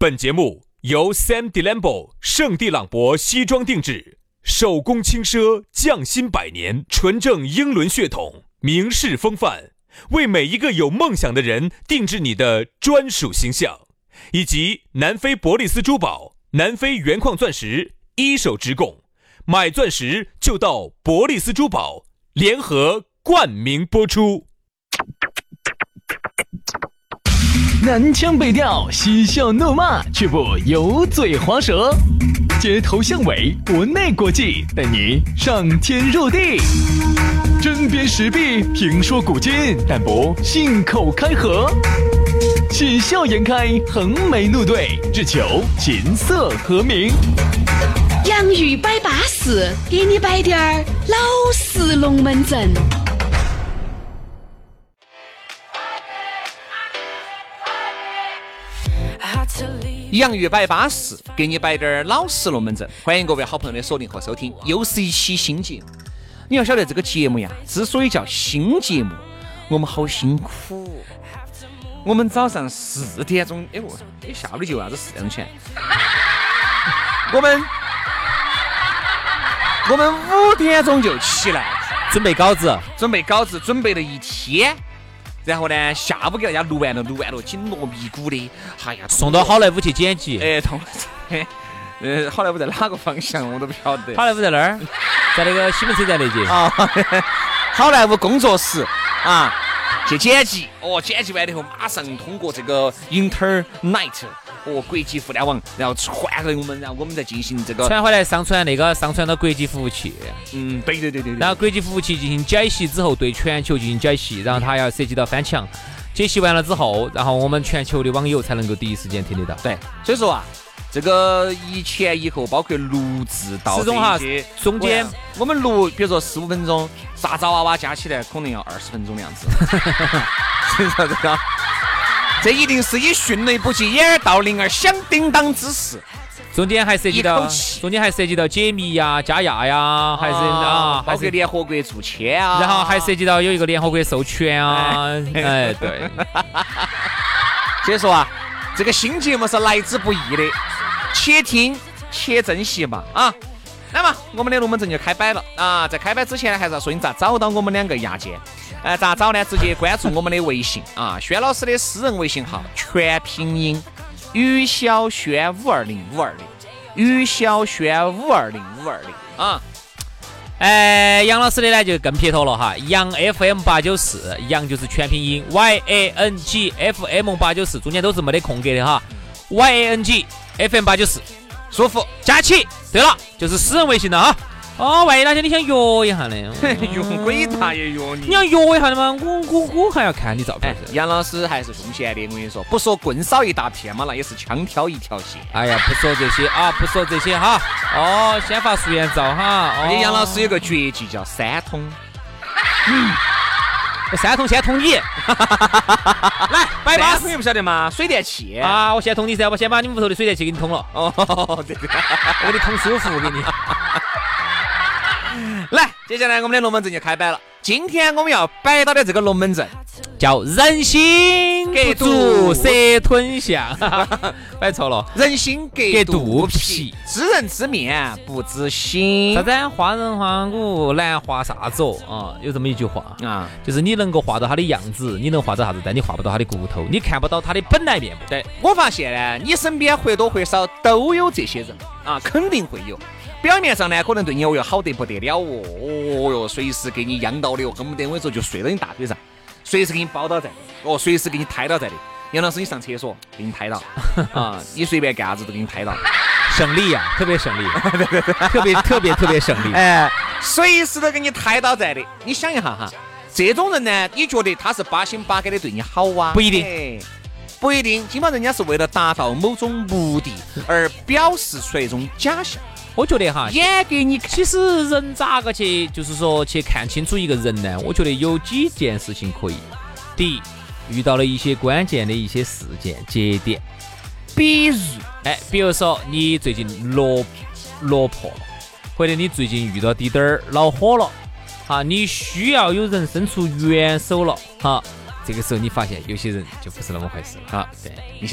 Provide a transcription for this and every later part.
本节目由 Sam Delambo 圣地朗博西装定制，手工轻奢，匠心百年，纯正英伦血统，名士风范，为每一个有梦想的人定制你的专属形象。以及南非伯利斯珠宝、南非原矿钻石一手直供，买钻石就到伯利斯珠宝，联合冠名播出。 南腔北调，嬉笑怒骂，却不油嘴滑舌，街头巷尾，国内国际，带你上天入地，针砭时弊，评说古今，但不信口开河，喜笑颜开，横眉怒对，只求琴瑟和鸣。 洋芋摆巴士，给你摆点儿老式龙门阵。 洋芋摆巴士，给你摆点老实龙门阵。欢迎各位好朋友的锁定和收听，又是一期新节目。你要晓得这个节目呀，之所以叫新节目，我们好辛苦。我们早上4点钟，下午的节目啥子4点钟前？我们5点钟就起来， 准备稿子， 准备了一天。然后呢，下午给大家录完了，紧锣密鼓的，哎呀， 送到好莱坞去剪辑。 好莱坞在哪个方向我都不晓得。 好莱坞在那儿，在那个西门车站那节。 好莱坞工作室啊，去剪辑。剪辑完了以后，马上通过这个 Internet 国际互联网，然后传给我们，然后我们再进行这个传回来上传到国际服务器。 对。 然后国际服务器进行解析之后，对全球进行解析，然后它要涉及到翻墙。解析完了之后，然后我们全球的网友才能够第一时间听得到。 对，所以说啊，这个一前一后，包括录制到这些中间， 我们录，比如说15分钟，杂杂哇哇加起来可能要20分钟的样子。所以说这一定是以迅雷不及掩耳盗铃而响叮当之势。 中间还涉及到解密呀、加压呀，还是包括联合国驻签啊， 然后还涉及到有一个联合国授权啊，对。 所以说啊，这个新节目是来之不易的，且听且珍惜嘛啊。那么我们的龙门阵就开摆了啊！在开摆之前还是要说你咋找到我们两个亚健？咋找呢？直接关注我们的微信啊，轩老师的私人微信号，全拼音于小轩520520，于小轩520520啊。 杨老师的呢就更撇脱了哈，杨 FM894，杨就是全拼音 YANG FM894，中间都是没得空格的哈 ，YANG FM894。舒服，加起。对了，就是私人微信了哈。万一哪天你想约一下呢？ 用鬼大爷约你？ 你要约一下的吗？我还要看你照片。 杨老师还是奉献的，我跟你说，不说棍扫一大片嘛，那也是枪挑一条线。 哎呀，不说这些哈。先发素颜照哈。 而且杨老师有个绝技叫3通。 我3通先通你。来，摆巴士， 不晓得吗？水电气啊，我先通你噻，我先把你们屋头的水电气给你通了。 对， 我给你通舒服，我给你。 来，接下来我们的龙门阵就开摆了。今天我们要摆到的这个龙门阵叫人心不足蛇吞象。摆错了， 人心隔肚皮，知人知面不知心。 啥子？画人画骨，难画啥子啊？有这么一句话啊，就是你能够画到他的样子，你能画到啥子，但你画不到他的骨头，你看不到他的本来面目。 对，我发现呢，你身边或多或少都有这些人啊，肯定会有。表面上呢，可能对你好得不得了随时给你央到的恨不得我说就睡到你大腿上，随时给你抱到在的，随时给你抬到在的。杨老师，你上厕所给你抬到啊，你随便干啥子都给你抬到， 省力呀，特别省力，特别省力， 随时都给你抬到在的。你想一下哈，这种人呢，你觉得他是8心8肝的对你好啊？ 不一定。 起码人家是为了达到某种目的而表示出一种假象。 我觉得哈， 演给你。 其实人咋个去，就是说去看清楚一个人呢？我觉得有几件事情可以。第一，遇到了一些关键的一些事件节点，比如说你最近落魄，或者你最近遇到滴点儿恼火了，你需要有人伸出援手了，这个时候你发现有些人就不是那么回事了。 对，你想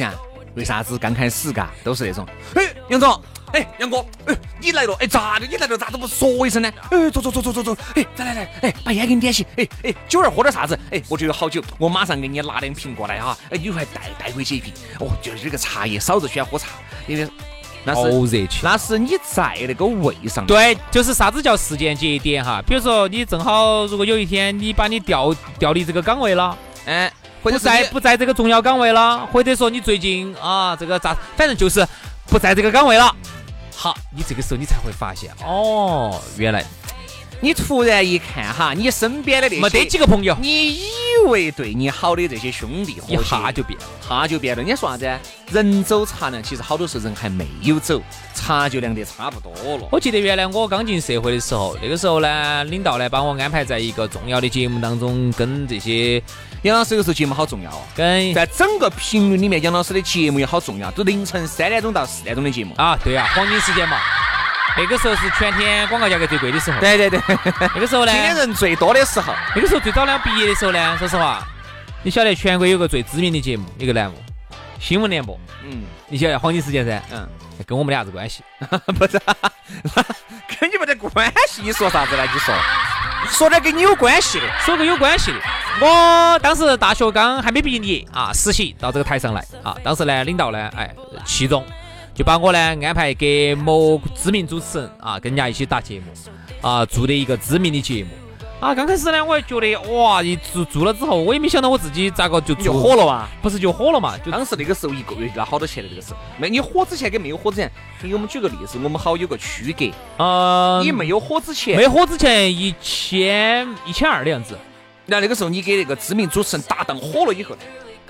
为啥子刚开始嘎都是那种，哎，杨总，哎，杨哥，哎，你来了，哎，咋的？你来了咋都不说一声呢？哎，走，哎，来，哎，把烟给你点起，哎，酒儿喝点啥子？哎，我这有好酒，我马上给你拿2瓶过来哈，哎，你快带回去1瓶。哦，就是这个茶叶，嫂子喜欢喝茶，因为那是热气， 那是你在那个位上。 对，就是啥子叫时间节点哈？比如说你正好，如果有一天你把你调离这个岗位了， 哎，或者是不在这个重要岗位了，或者说你最近啊这个咋，反正就是不在这个岗位了。好，你这个时候你才会发现，哦，原来你突然一看哈，你身边的那些没得几个朋友， 你以为对你好的这些兄弟伙计， 一下就变了。 人家说啥子？人走茶凉，其实好多时候人还没有走，茶就凉得差不多了。 我记得原来我刚进社会的时候，那个时候呢，领导呢把我安排在一个重要的节目当中，跟这些杨老师有时候节目好重要哦，在整个评论里面，杨老师的节目也好重要，都凌晨3点钟到4点钟的节目啊，对啊，黄金时间嘛。那个时候是全天广告价格最贵的时候。 对， 那个时候呢， 今天人最多的时候。 那个时候最早呢，毕业的时候呢，说实话，你晓得全国有个最知名的节目，一个栏目，新闻联播。你晓得黄金时间噻？跟我们的啥子关系？ 不是，跟你没得关系。你说啥子呢？你说点跟你有关系的， 说个有关系的。我当时大学刚还没毕业啊，实习到这个台上来啊，当时呢，领导呢，器重。就把我呢安排给某知名主持人啊，跟人家一起打节目啊，做的一个知名的节目啊。刚开始呢，我也觉得哇，一做了之后，我也没想到我自己咋个就火了嘛？ 不是就火了嘛？就当时那个时候1个月拿好多钱的这个时候，你火之前跟没有火之前，给我们举个例子，我们好有个区隔。你没有火之前， 没火之前1200的样子。 那个时候你给那个知名主持人搭档火了以后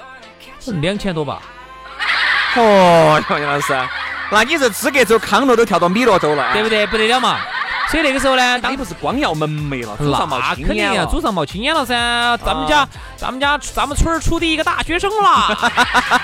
，2000多吧。 哦，杨老师，那你这资格走康乐都跳到米罗州了， 对不对？不得了嘛！所以那个时候呢， 你不是光耀门楣了，祖上冒青烟了， 祖上冒青烟了噻！咱们村儿出的一个大学生啦！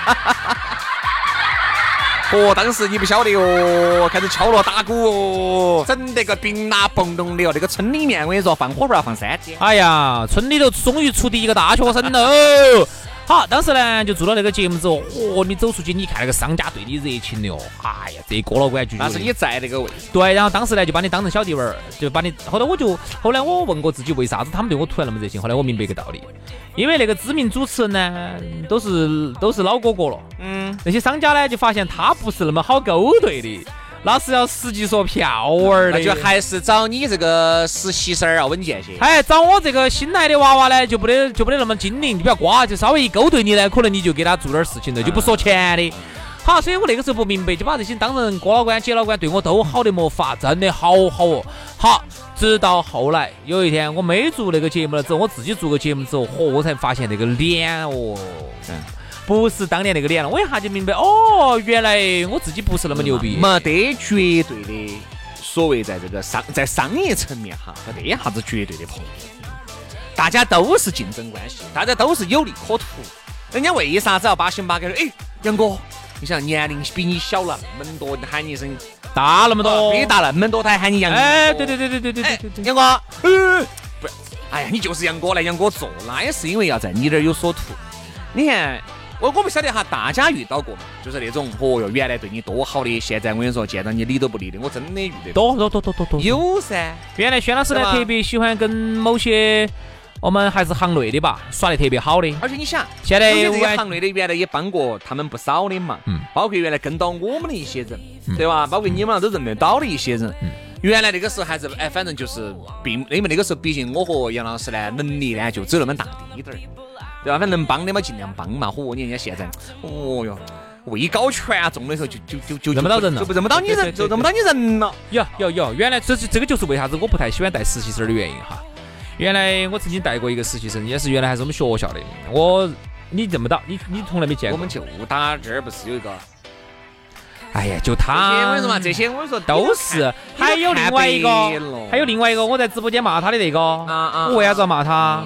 哦，当时你不晓得哦，开始敲锣打鼓哦，整那个冰啊蹦动的哦，那个村里面我跟你说，放火炮要放3天。 哎呀，村里头终于出的一个大学生喽！好，当时呢就做了那个节目之后，你走出去，你看那个商家对你热情的哦，哎呀，这过了关就那是你在那个位。 对，然后当时呢就把你当成小弟玩儿，就把你。后来我问过自己，为啥子他们对我突然那么热情？后来我明白一个道理，因为那个知名主持人呢都是老哥哥了，那些商家呢就发现他不是那么好勾兑的。那是要实际说票儿的， 那就还是找你这个实习生要稳健些。 找我这个新来的娃娃呢，就不得那么精灵，你不要瓜，就稍微一勾兑你呢，可能你就给他做点事情了，就不说钱的。好，所以我那个时候不明白，就把这些当成哥老倌、姐老倌，对我都好的没法，真的好哦。好，直到后来有一天我没做那个节目了之后，我自己做个节目之后，我才发现那个脸哦。不是当年那个脸了，我一下就明白哦，原来我自己不是那么牛逼， 没得绝对的所谓在这个在商业层面哈，没得啥子绝对的朋友，大家都是竞争关系，大家都是有利可图。人家为啥子要把8给说？杨哥，你想年龄比你小了那么多，喊你一声大那么多， 比你大那么多，他还喊你杨哥。 对， 杨哥，不，哎呀，你就是杨哥来杨哥做，那也是因为要在你这儿有所图。你看。我不晓得哈，大家遇到过吗？就是那种原来对你多好的，现在我跟你说见到你理都不理的，我真的遇得多。 有噻。 原来轩老师呢特别喜欢跟某些我们还是行内的吧耍得特别好的。 而且你想， 现在这些行内的原来也帮过他们不少的嘛，包括原来跟到我们的一些人，对吧？包括你们都认得到的一些人。原来那个时候还是反正就是因为那个时候毕竟我和杨老师呢能力呢就只有那么大滴点儿。对吧？反正能帮的嘛，尽量帮嘛。你人家现在，位高权重的时候就认不到人了， 就认不到你人，就认不到你人了。 有，原来这个就是为啥子我不太喜欢带实习生的原因哈。原来我曾经带过一个实习生，也是原来还是我们学校的。你认不到，你从来没见过。 我们就打这儿不是有一个。 哎呀，就他。 这些我跟你说嘛，这些我跟你说都是。还有另外一个，我在直播间骂他的那个。我为啥子要骂他？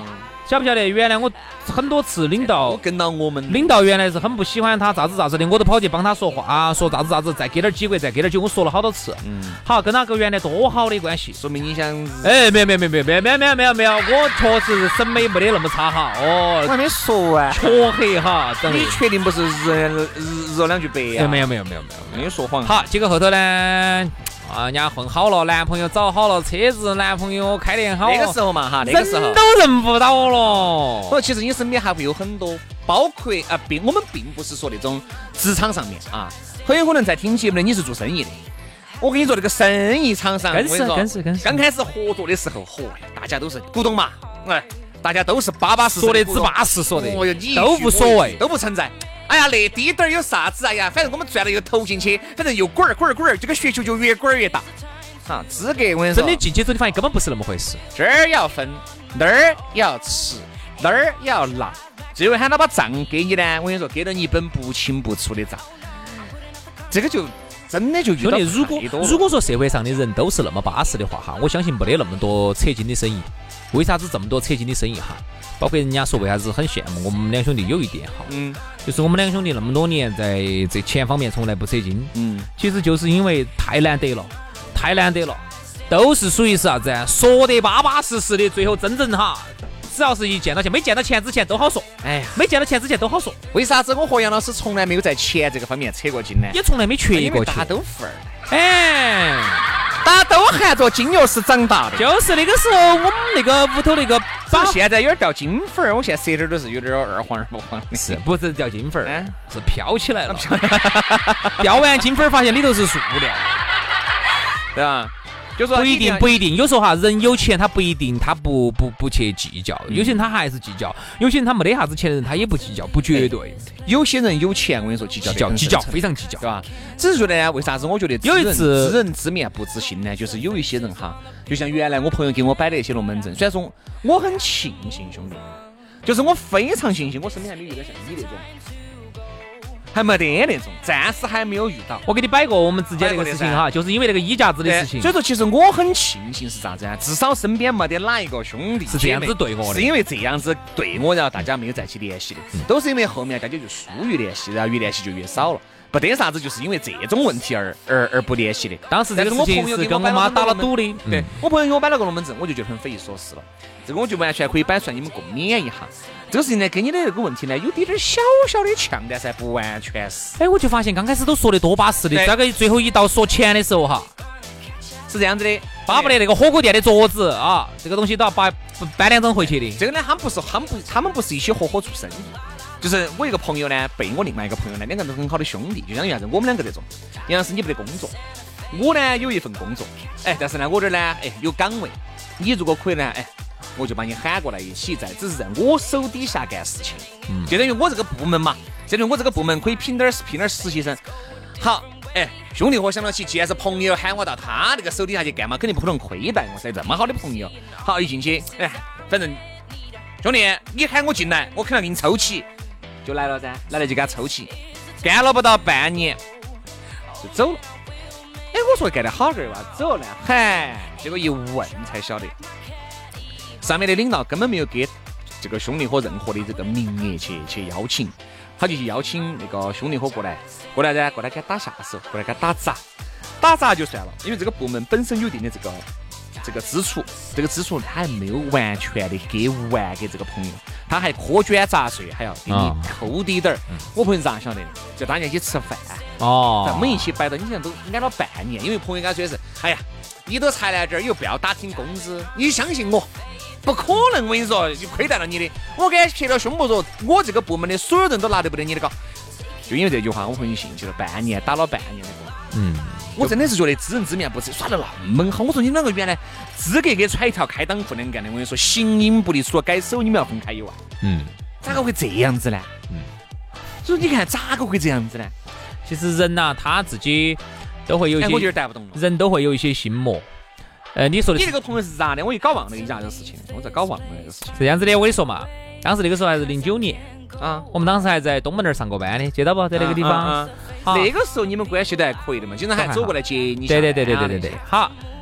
晓不晓得？原来我很多次领导跟到我们领导原来是很不喜欢他咋子的，我都跑去帮他说话，说咋子，再给点机会，再给点机会，我说了好多次。好，跟那个原来多好的关系， 说明你想没有，我确实审美没得那么差哈。哦， 我还没说完， 黢黑哈， 你确定不是惹两句白呀？ 没有， 没说谎。 好，结果后头呢？人家混好了，男朋友找好了，车子男朋友开得好， 那个时候嘛哈，那个时候人都认不到了。 其实你身边还会有很多，包括我们并不是说那种职场上面啊，很有可能在听节目的你是做生意的。我跟你说，那个生意场上， 更是。 刚开始合作的时候，大家都是股东嘛，大家都是巴巴适适说的只巴适，说的都无所谓， 都不存在。哎呀，那滴点儿有啥子？哎呀，反正我们赚了又投进去，反正又滚儿，这个雪球就越滚越大。哈，资格我跟你说， 真的进去之后，你发现根本不是那么回事。 这儿要分，那儿要吃，那儿要拿，最后喊他把账给你呢，我跟你说，给了你一本不清不楚的账，这个就真的就遇到太多了。 如果说社会上的人都是那么巴适的话哈，我相信没得那么多扯筋的生意。为啥子这么多扯筋的生意哈？包括人家说为啥子很羡慕我们两兄弟有一点好，就是我们两兄弟那么多年在这钱方面从来不扯筋，其实就是因为太难得了，都是属于是啥子啊？说得巴巴适适的，最后真正哈，只要是一见到钱，没见到钱之前都好说，没见到钱之前都好说。 为啥子我和杨老师从来没有在钱这个方面扯过筋呢？ 也从来没缺过钱， 大家都富二代，大家都含着金钥匙长大的。 就是那个时候我们那个屋头那个现在有点掉金粉儿，我现在舌头都是有点二黄不黄的。 是不是掉金粉儿？是飘起来了。掉完金粉儿发现里头是塑料， 对吧？就说不一定，有时候哈，人有钱他不一定他不去计较，有些人他还是计较，有些人他没得啥子钱的人他也不计较，不绝对。 有些人有钱，我跟你说计较， 非常计较， 对吧？只是说呢，为啥子我觉得有一次知人知面不知心呢？就是有一些人哈，就像原来我朋友给我摆的一些龙门阵，虽然说我很庆幸兄弟，就是我非常庆幸我身边还没有遇到像你那种。还没得那种，暂时还没有遇到。 我给你摆过我们之间那个事情哈，就是因为那个衣架子的事情。 所以说，其实我很庆幸是啥子啊？至少身边没得哪一个兄弟是这样子对我的， 是因为这样子对我，然后大家没有在一起联系的，都是因为后面大家就疏于联系，然后越联系就越少了。不得啥子，就是因为这种问题而不联系的。 当时这个事情是跟我妈打了赌的。 对，我朋友给我摆了个龙门阵，我就觉得很匪夷所思了。这个我就完全可以摆出来，你们共勉一下。这个事情呢，跟你的那个问题呢，有点小小的像，但是还不完全是。 我就发现刚开始都说的多巴适的，这个最后一到说钱的时候哈， 是这样子的， 巴不得那个火锅店的桌子啊，这个东西都要搬2张回去的。 这个呢，他们不是一起合伙做生意。就是我一个朋友呢，被我另外一个朋友呢，两个都很好的兄弟，就相当于啥子？我们两个这种，杨老师你不得工作，我呢有一份工作，但是呢我这儿呢，有岗位，你如果可以呢，我就把你喊过来一起只是在我手底下干事情，就等于我这个部门嘛，就等于我这个部门可以聘点实习生。好，兄弟伙想到起，既然是朋友喊我到他那个手底下去干嘛，肯定不可能亏待我噻，这么好的朋友。好，一进去，反正兄弟，你喊我进来，我肯定给你抽起。就来了噻，来了就给他抽起，干了不到半年就走了。我说干得好个儿哇，走了呢，结果一问才晓得，上面的领导根本没有给这个兄弟伙任何的这个名额去邀请，他就去邀请那个兄弟伙过来噻，过来给他打下手，过来给他打杂就算了，因为这个部门本身有一定的这个支出，他还没有完全的给完给这个朋友，他还苛捐杂税，还要给你扣低点儿。我朋友咋晓得的？就大家一起吃饭这么一起摆到，你想都挨了半年，因为朋友跟他说的是，你都才来这儿，又不要打听工资，你相信我，不可能，我跟你说，就亏待了你的。我给他拍了胸脯说，我这个部门的所有人都拿得不得你的高。就因为这句话，我朋友信去了，打了半年的工。我真的是觉得知人知面不知，耍得那么好。我说你们两个原来资格给揣一条开裆裤能干的，我跟你说，行淫不利，除了改手你们要分开以外，咋个会这样子呢？所以你看咋个会这样子呢？ 其实人呐，他自己都会有一些， 我有点带不动了。 人都会有一些心魔。你说的， 你这个朋友是咋的？我一搞忘了一下这个事情，我在搞忘了这个事情。 是这样子的，我跟你说嘛，当时那个时候还是09年啊，我们当时还在东门那儿上过班的，记得不？在那个地方。 那个时候你们关系都还可以的嘛，经常还走过来接你。 对。好，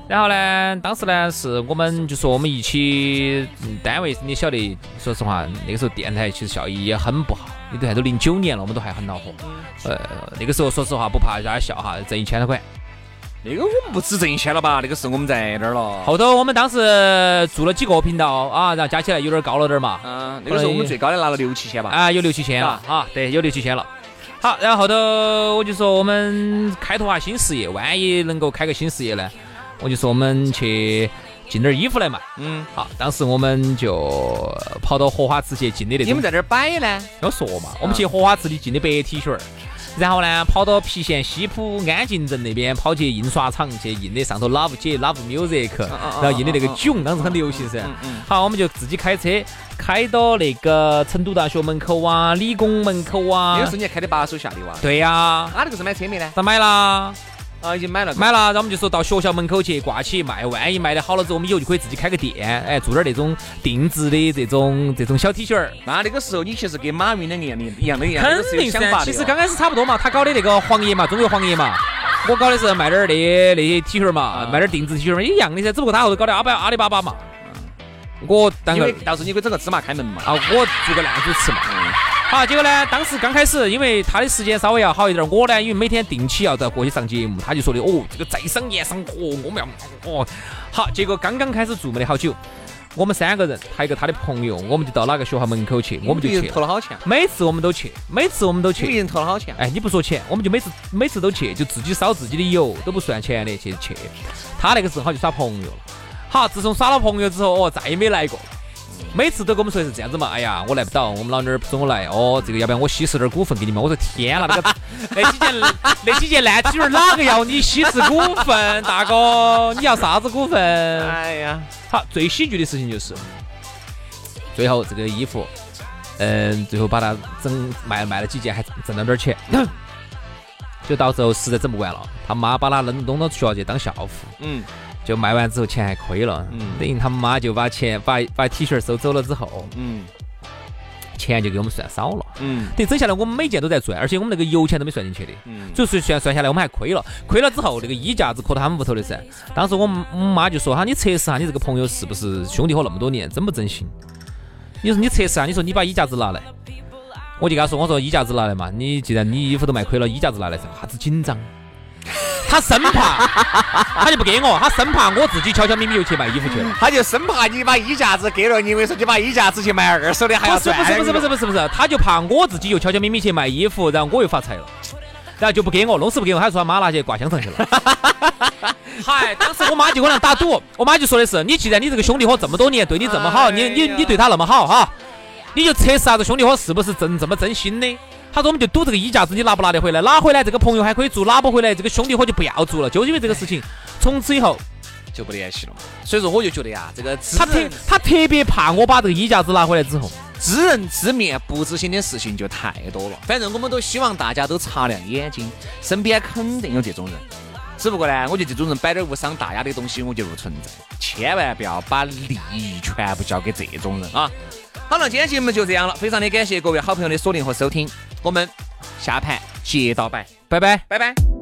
然后呢，当时呢是我们就说我们一起单位，你晓得，说实话，那个时候电台其实效益也很不好，你都还都09年了，我们都还很恼火。那个时候说实话不怕大家笑哈，挣1000多块。 那个我们不止挣1000了吧？那个是我们在那儿了。 后头我们当时做了几个频道啊，然后加起来有点高了点嘛。 那个时候我们最高的拿了6、7千吧。 啊，有6、7千了啊，对，有6、7千了。好，然后后头我就说我们开拓下新事业，万一能够开个新事业呢，我就说我们去进点衣服来嘛。好，当时我们就跑到荷花池去进的那种。 你们在那儿摆呢？ 要说嘛，我们去荷花池里进的白 T 恤，然后呢跑到郫县西浦安静镇那边跑去印刷厂去印的上头 Love Music， 然后印的那个囧，当时很流行噻。好，我们就自己开车开到那个成都大学门口啊，理工门口啊。 那个时候你还开的8手下的哇？ 对呀。 那个是买车没呢？ 咋买啦？ 已经买了， 然后我们就说到学校门口去挂起卖，万一卖的好了之后，我们以后就可以自己开个店，哎，做点那种定制的这种小 T 恤。 那个时候你其实跟马云两个一样， 肯定噻。其实刚开始差不多嘛，他搞的那个黄页嘛，中国黄页嘛，我搞的是卖点那些 T 恤嘛，卖点定制 T 恤嘛，一样的噻，只不过他后头搞的阿里巴巴嘛。我当个到时候你可以整个芝麻开门嘛。 我做个烂主持嘛。好，结果呢，当时刚开始，因为他的时间稍微要好一点，我呢，因为每天定期要到过去上节目，他就说的这个再商言商，我们要好，结果刚刚开始做没得好久，我们3个人，还有一个他的朋友，我们就到哪个学校门口去，我们就去投了好钱， 每次我们都去， 你一人投了好钱， 哎，你不说钱，我们就每次都去，就自己烧自己的油，都不算钱的去。他那个时候就耍朋友了，好，自从耍了朋友之后，再也没来过。每次都跟我们说是这样子嘛，哎呀，我来不到，我们老娘儿不准我来，这个要不然我稀释点股份给你们。我说天了，那几件烂 T 恤哪个要你稀释股份，大哥，你要啥子股份？ 哎呀， 好，最喜剧的事情就是最后这个衣服，最后把它卖了几件，还挣了点钱，就到时候实在整不完了，他妈把他弄到学校去当校服，就卖完之后钱还亏了，等于他妈就把 T 恤收走了之后，钱就给我们算少了，等整下来我们每件都在赚，而且我们那个油钱都没算进去的，就是算下来我们还亏了之后，那个衣架子磕到他们屋头的噻。当时我妈就说你测试下你这个朋友是不是兄弟伙那么多年真不真心，你说你测试下，你说你把衣架子拿来，我就跟他说，我说衣架子拿来嘛，你既然你衣服都卖亏了，衣架子拿来噻，啥子紧张？他生怕，他就不给我，他生怕我自己悄悄咪咪又去卖衣服去了， 他就生怕你把衣架子给了你，为什么你把衣架子去卖2手的还要赚？ 不是，他就怕我自己又悄悄咪咪去卖衣服，然后我又发财了，然后就不给我，弄死不给我，他说他妈拿去挂香肠去了。嗨，当时我妈就跟我打赌，我妈就说的是，你既然你这个兄弟伙这么多年对你这么好，你对他那么好哈，你就测试下这兄弟伙是不是这么真心的。他说我们就赌这个衣架子你拿不拿得回来，拿回来这个朋友还可以做，拿不回来这个兄弟伙就不要做了，就因为这个事情从此以后就不联系了。所以说我就觉得呀，这个他特别怕我把这个衣架子拿回来之后， 知人知面不知心的事情就太多了。反正我们都希望大家都擦亮眼睛，身边肯定有这种人，只不过呢，我觉得这种人摆点无伤大雅的东西我就不存在，千万不要把利益全部交给这种人啊。好了，今天节目就这样了，非常的感谢各位好朋友的锁定和收听，我们下盘接到摆， 拜拜。